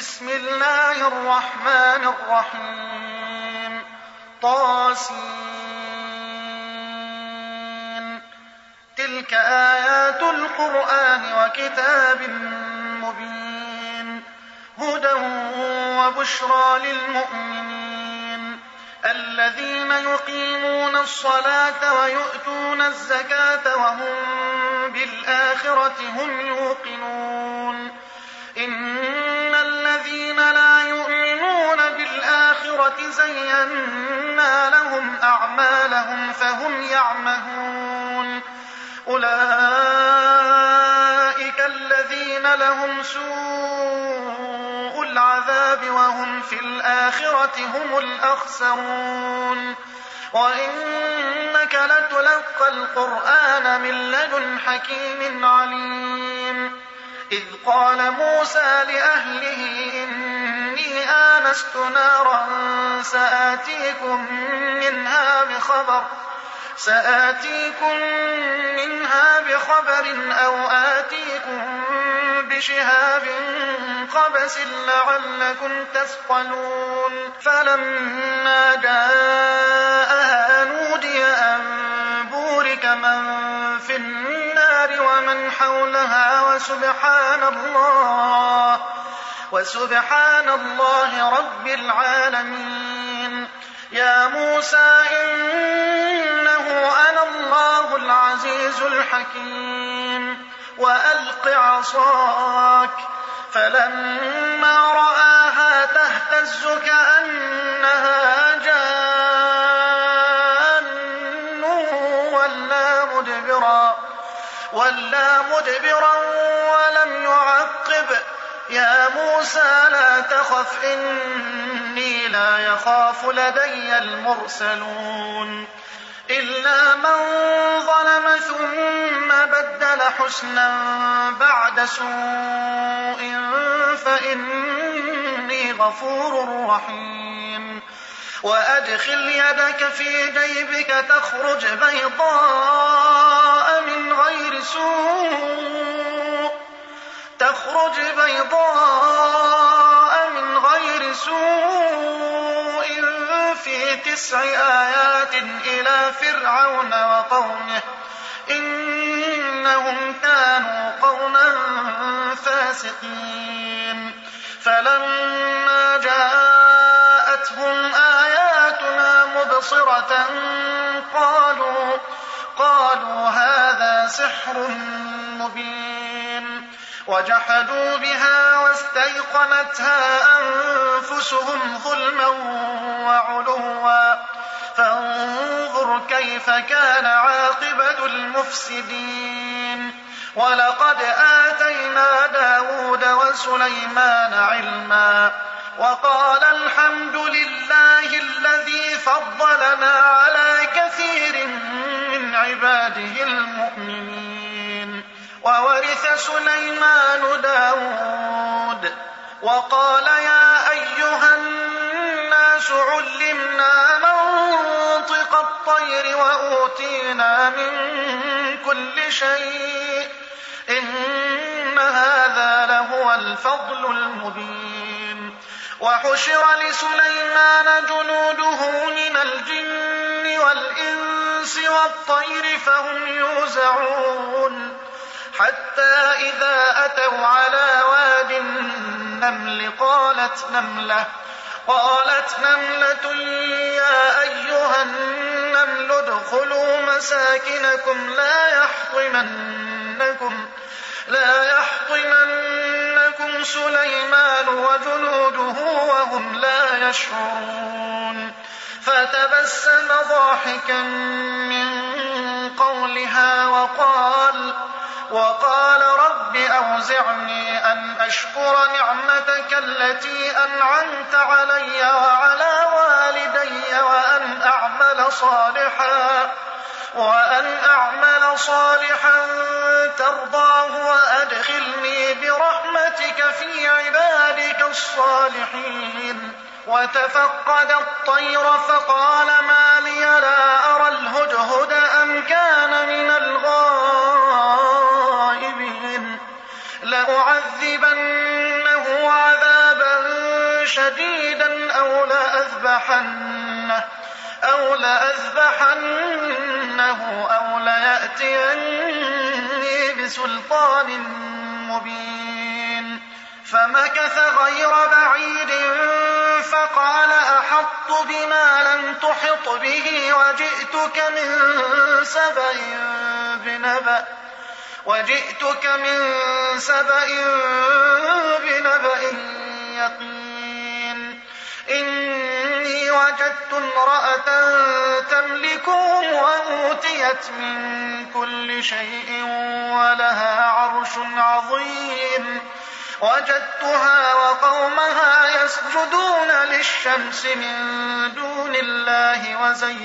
بسم الله الرحمن الرحيم طاسين تلك آيات القرآن وكتاب مبين هدى وبشرى للمؤمنين الذين يقيمون الصلاة ويؤتون الزكاة وهم بالآخرة هم يوقنون إن الذين لا يؤمنون بالآخرة زينا لهم أعمالهم فهم يعمهون أولئك الذين لهم سوء العذاب وهم في الآخرة هم الأخسرون وإنك لتلقى القرآن من لدن حكيم عليم إذ قال موسى لأهله إني آنست نارا سآتيكم منها بخبر أو آتيكم بشهاب قبس لعلكم تصطلون فلما جاءها نودي أن بورك من في النار ومن حولها وسبحان الله رب العالمين يا موسى إنه أنا الله العزيز الحكيم وألق عصاك فلما رآها تهتز كأنها جان ولا مدبرا ولم يعقب يا موسى لا تخف إني لا يخاف لدي المرسلون إلا من ظلم ثم بدل حسنا بعد سوء فإني غفور رحيم وأدخل يدك في جيبك تخرج بيضاء من غير سوء في 9 آيات إلى فرعون وقومه إنهم كانوا قوما فاسقين فلما جاءتهم آياتنا مبصرة قالوا هذا سحر مبين وجحدوا بها واستيقنتها أنفسهم ظلما وعلوا فانظر كيف كان عاقبة المفسدين ولقد آتينا داود وسليمان علما وقال الحمد لله الذي فضلنا على كثير من عباده المؤمنين وورث سليمان داود وقال يا أيها الناس علمنا منطق الطير وأوتينا من كل شيء إن هذا لهو الفضل المبين وحشر لسليمان جنوده من الجن والإنس والطير فهم يوزعون حتى إذا أتوا على واد النمل قالت نملة يا أيها النمل ادخلوا مساكنكم لا يحطمنكم سليمان وجنوده وهم لا يشعرون فتبسم ضاحكا من قولها وقال رب أوزعني أن أشكر نعمتك التي أنعمت علي وعلى والدي وأن أعمل صالحا ترضاه وأدخلني برحمتك في عبادك الصالحين وتفقد الطير فقال ما لي لا أرى الهدهد أم كان من الغائبين لأعذبنه عذابا شديدا أو لأذبحنه أو ليأتيني بسلطان مبين. فمكث غير بعيد فقال أحطت بما لم تحط به وجئتك من سبأ بنبأ يقين. إني وجدت امرأة تملكهم وأوتيت من كل شيء ولها عرش عظيم. وجدتها وقومها يسجدون للشمس من دون الله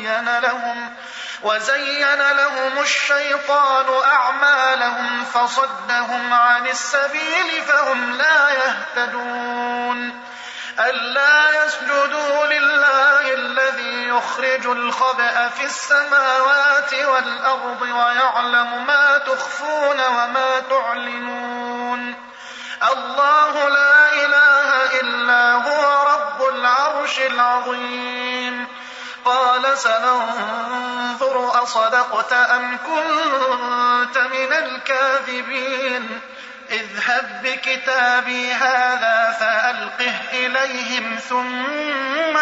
وزين لهم الشيطان أعمالهم فصدهم عن السبيل فهم لا يهتدون. ألا يسجدوا لله الذي يخرج الخبأ في السماوات والأرض ويعلم ما تخفون وما تعلنون. الله لا إله إلا هو رب العرش العظيم. قال سننظر أصدقت أم كنت من الكاذبين. اذهب بكتابي هذا فألقه إليهم ثم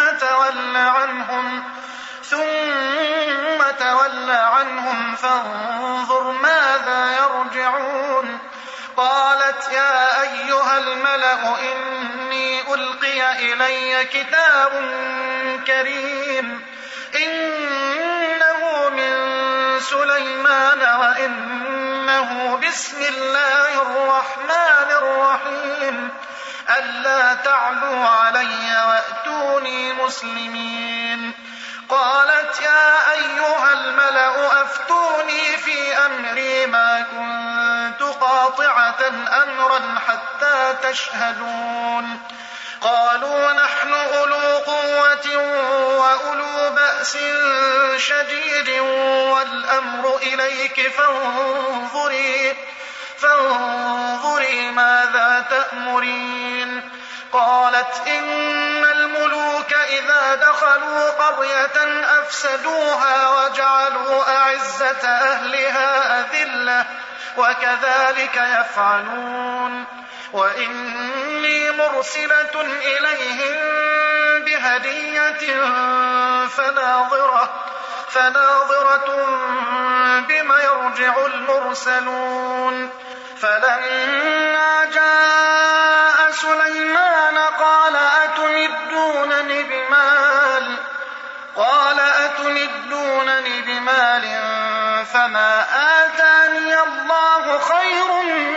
تول عنهم فانظر ماذا يرجعون. قالت يا أيها الملأ إني ألقي إلي كتاب كريم إنه من سليمان وإنه بسم الله الرحمن الرحيم ألا تعلوا علي وأتوني مسلمين. قالت يا أيها الملأ أفتوني في أمري ما كنت قاطعة أمرا حتى تشهدون. قالوا نحن أولو قوة وأولو بأس شديد والأمر إليك فانظري ماذا تأمرين. قالت إن الملوك إذا دخلوا قرية أفسدوها وجعلوا أعزة أهلها أذلة وكذلك يفعلون. وإني مرسلة إليهم بهدية فناظرة بما يرجع المرسلون. فلما جاء سليمان قال أتمدونني بمال فما آتاني الله خير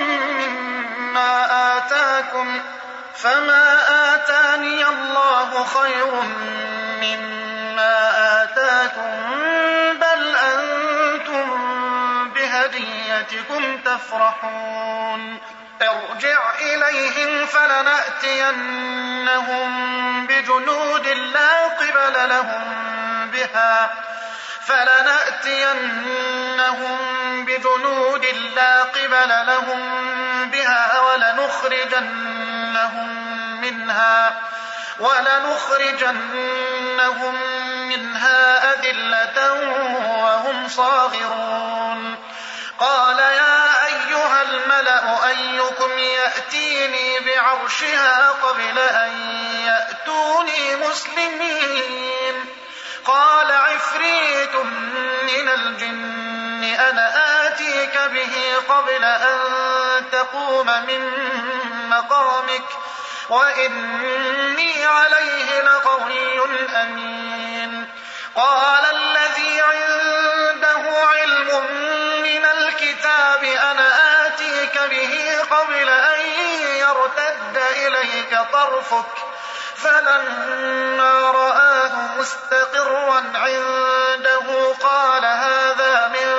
مما آتاكم بل أنتم بهديتكم تفرحون. ارجع إليهم فلنأتينهم بجنود لا قبل لهم بها ولنخرجنهم منها أذلة وهم صاغرون. قال يا أيها الملأ أيكم يأتيني بعرشها قبل أن يأتوني مسلمين. قال عفريت من الجن أنا آتيك به قبل أن تقوم من مقامك وإني عليه لقوي أمين. قال الذي عنده علم من الكتاب أنا آتيك به قبل أن يرتد إليك طرفك فلما رآه مستقرا عنده قال هذا من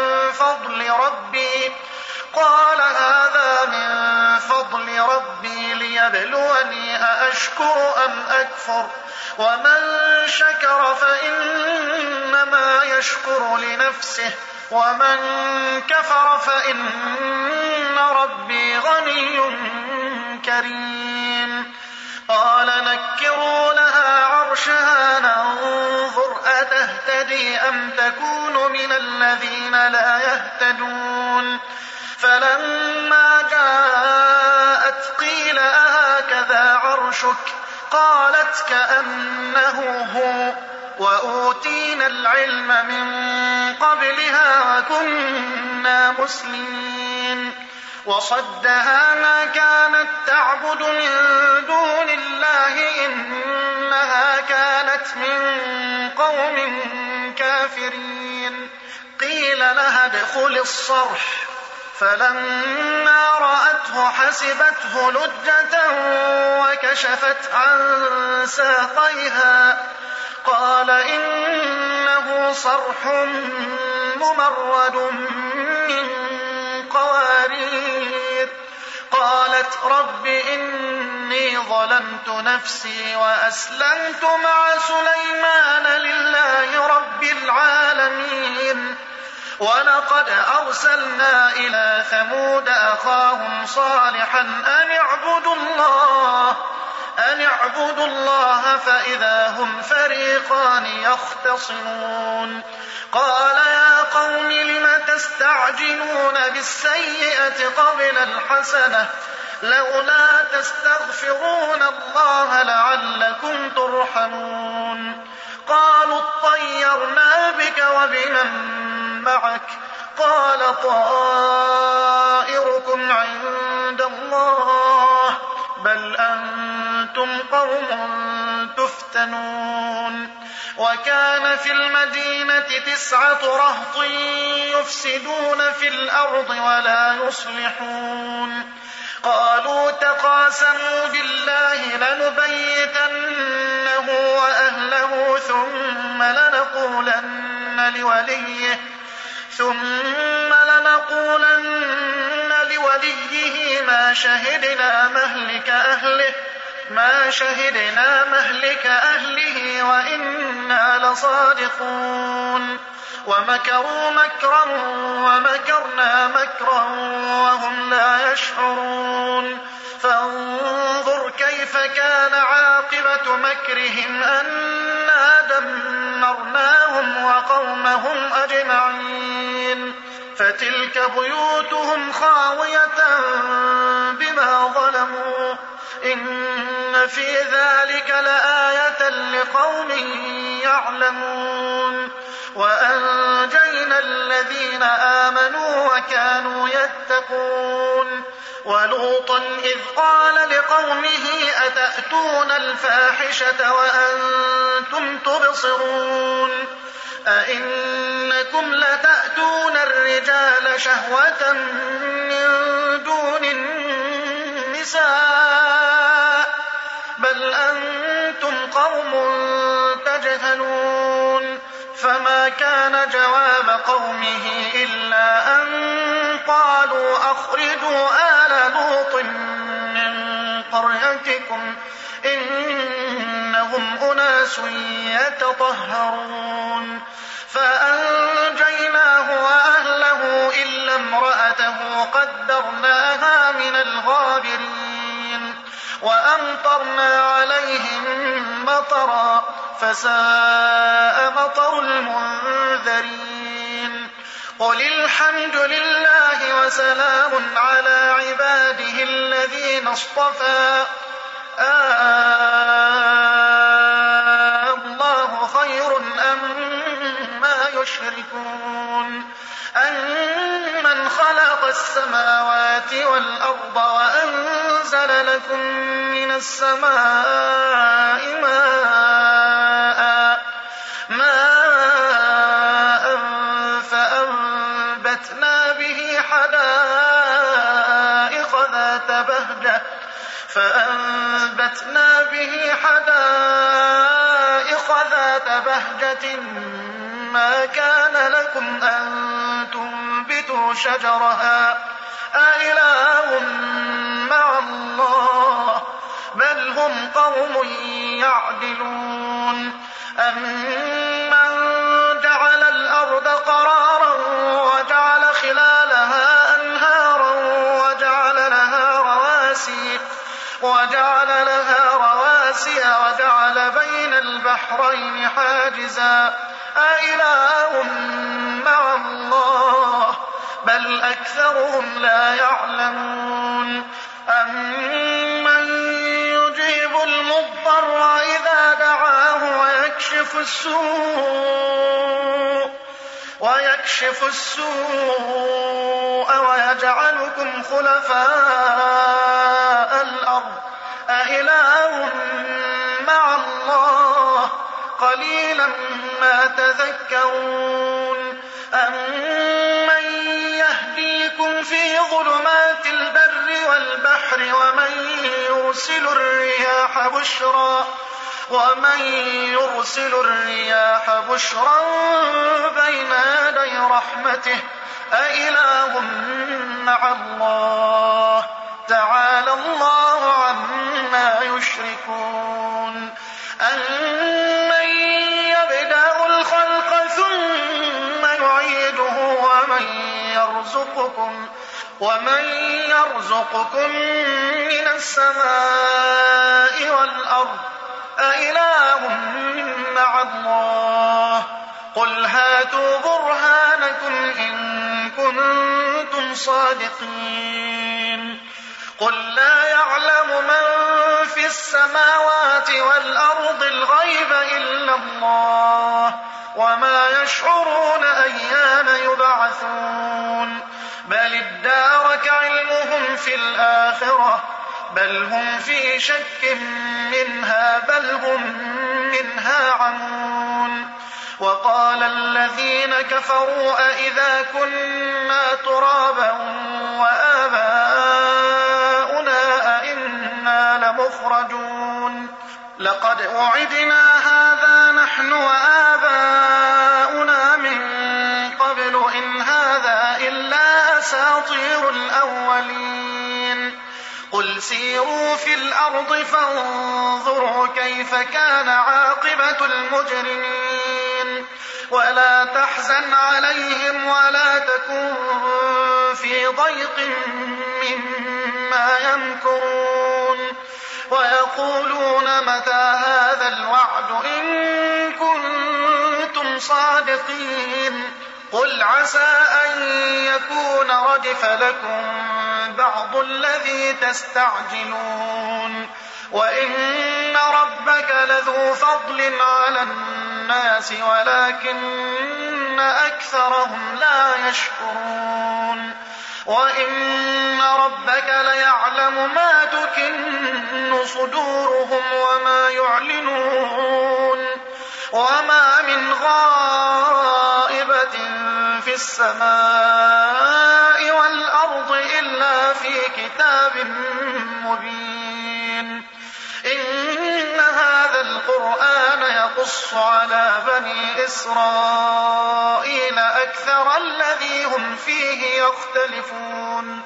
فضل ربي ليبلوني أأشكر أم أكفر ومن شكر فإنما يشكر لنفسه ومن كفر فإن ربي غني كريم. قال نكروا لها عرشها ننظر أتهتدي أم تكون من الذين لا يهتدون فلما جاءت قيل أهكذا عرشك قالت كأنه هو وأوتينا العلم من قبلها وكنا مسلمين وصدها ما كانت تعبد من دون الله إنها كانت من قوم كافرين قيل لها ادخل الصرح فلما رأته حسبته لجة وكشفت عن ساقيها قال إنه صرح ممرد من قوارير قالت رب إني ظلمت نفسي وأسلمت مع سليمان لله رب العالمين ولقد أرسلنا إلى ثمود أخاهم صالحا أن اعبدوا الله فإذا هم فريقان يختصمون قال يا قوم لم تستعجلون بالسيئة قبل الحسنة لولا تستغفرون الله لعلكم ترحمون قالوا اطيرنا بك وبمن معك قال طائركم عند الله بل أنتم قوم تفتنون وكان في المدينة 9 رهط يفسدون في الأرض ولا يصلحون قالوا تقاسموا بالله لنبيتنه وأهله ثم لنقولن لوليه ما شهدنا مهلك أهله وإنا لصادقون ومكروا مكرا ومكرنا مكرا وهم لا يشعرون فانظر كيف كان عاقبة مكرهم أنا دمرناهم وقومهم أجمعين فتلك بيوتهم خاوية بما ظلموا إن في ذلك لآية لقوم يعلمون وأنجينا الذين آمنوا وكانوا يتقون ولوطا إذ قال لقومه أتأتون الفاحشة وأنتم تبصرون أئنكم لتأتون الرجال شهوة من دون النساء بل أنتم قوم تجهلون فما كان جواب قومه إلا أن قالوا أخرجوا آل لوط من قريتكم إنهم أناس يتطهرون فأنجيناه وأهله إلا امرأته قدرناها من الغابرين وأمطرنا عليهم مطرا فساء مطر المنذرين قل الحمد لله وسلام على عباده الذين اصطفى الله خير أما يشركون أمن خلق السماوات والأرض وأنزل لكم من السماء ماء فأنبتنا به حدائق ذات بهجة ما كان لكم أن تنبتوا شجرها أإله مع الله بل هم قوم يعدلون أمن جعل الأرض قرارا وجعل خلالها أنهارا وجعل لها رواسي البحرين حاجزا أإله مع الله بل أكثرهم لا يعلمون أمن يجيب المضطر إذا دعاه ويكشف السوء ويجعلكم خلفاء الأرض أإله مع الله قليلا ما تذكرون أمن يهديكم في ظلمات البر والبحر ومن يرسل الرياح بشرا بين يدي رحمته أإله مع الله تعالى الله عما يشركون أمن يبدأ الخلق ثم يعيده ومن يرزقكم من السماء والأرض أإله مع الله قل هاتوا برهانكم إن كنتم صادقين قل لا يعلم من في السماوات والأرض الغيب إلا الله وما يشعرون أيان يبعثون بل ادارك علمهم في الآخرة بل هم في شك منها بل هم منها عمون وقال الذين كفروا أئذا كنا ترابا وآباؤنا أئنا لمخرجون لقد وعدنا هذا نحن وآباؤنا من قبل إن هذا إلا أساطير الأولين قل سيروا في الأرض فانظروا كيف كان عاقبة المجرمين ولا تحزن عليهم ولا تكن في ضيق مما يمكرون ويقولون متى هذا الوعد إن كنتم صادقين قل عسى أن يكون ردف لكم بعض الذي تستعجلون وإن ربك لذو فضل على الناس ولكن أكثرهم لا يشكرون وإن ربك ليعلم ما تكن صدورهم وما يعلنون وما من غائبة في السماء والأرض إلا في كتاب مبين إن هذا القرآن يقص على بني إسرائيل أكثر الذي هم فيه يختلفون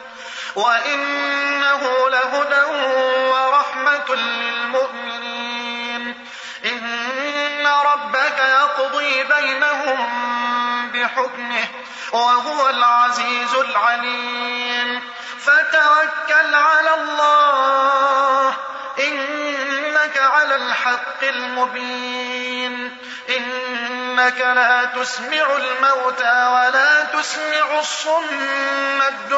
وإنه لهدى ورحمة للمؤمنين إن ربك يقضي بينهم بحكمه وهو العزيز العليم فتوكل على الله إنك على الحق المبين إنك لا تسمع الموتى ولا تسمع الصم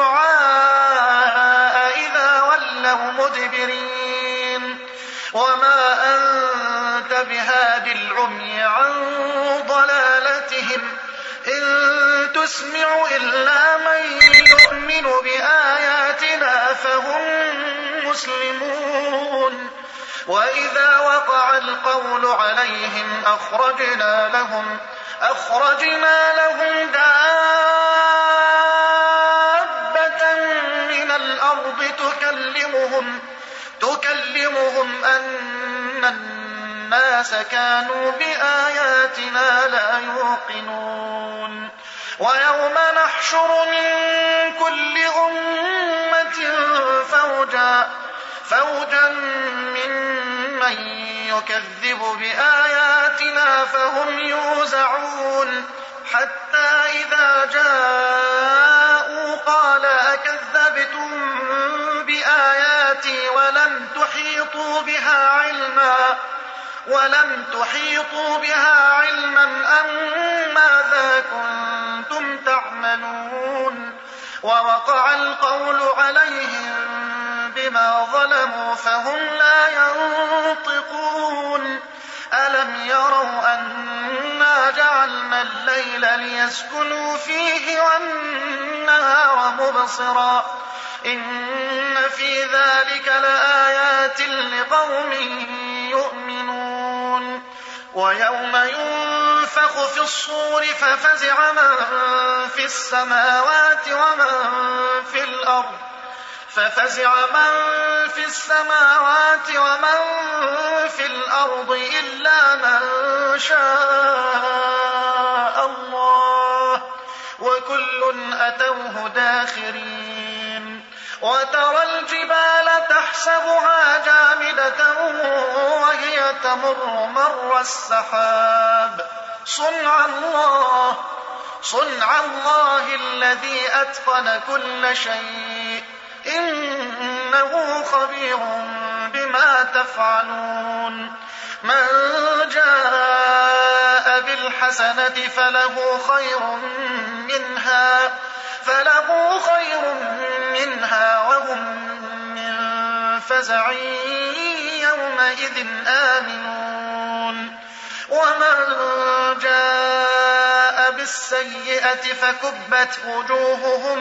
الدعاء إذا ولوا مدبرين وما أنت بهاد العمي عن ضلالتهم إن تسمع إلا من يؤمن بآياتنا فهم مسلمون وإذا وقع القول عليهم أخرجنا لهم دابة من الأرض تكلمهم أن الناس كانوا بآياتنا لا يوقنون ويوم نحشر من كل أمة فوجا ممن يكذب بآياتنا فهم يوزعون حتى إذا جاءوا قال أكذبتم بآياتي ولم تحيطوا بها علما ولم تحيطوا بها علما أم ماذا كنتم تعملون ووقع القول عليهم بما ظلموا فهم لا ينطقون ألم يروا أنا جعلنا الليل ليسكنوا فيه والنهار مبصرا إن في ذلك لآيات لقوم يؤمنون ويوم ينفخ في الصور ففزع من في السماوات ومن في الأرض إلا من شاء الله وكل أتوه داخرين وترى الجبال تحسبها جامدة وهي تمر مر السحاب صنع الله الذي أتقن كل شيء إنه خبير بما تفعلون من جاء بالحسنة فله خير منها وهم من فزع يومئذ آمنون ومن جاء بالسيئة فكبت وجوههم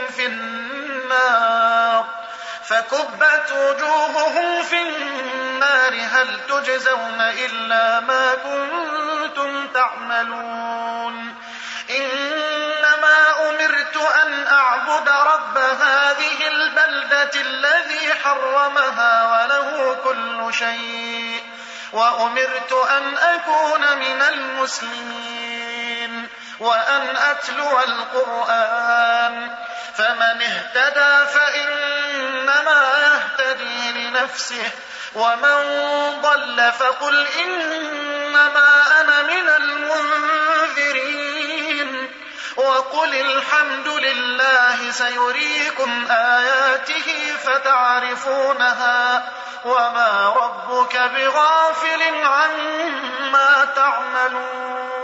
في النار هل تجزون إلا ما كنتم تعملون إنما أمرت أن أعبد رب هذه البلدة الذي حرمها وله كل شيء وأمرت أن أكون من المسلمين وأن أتلو القرآن فمن اهتدى فإنما يهتدي لنفسه ومن ضل فقل إنما أنا من المنذرين وقل الحمد لله سيريكم آياته فتعرفونها وما ربك بغافل عما تعملون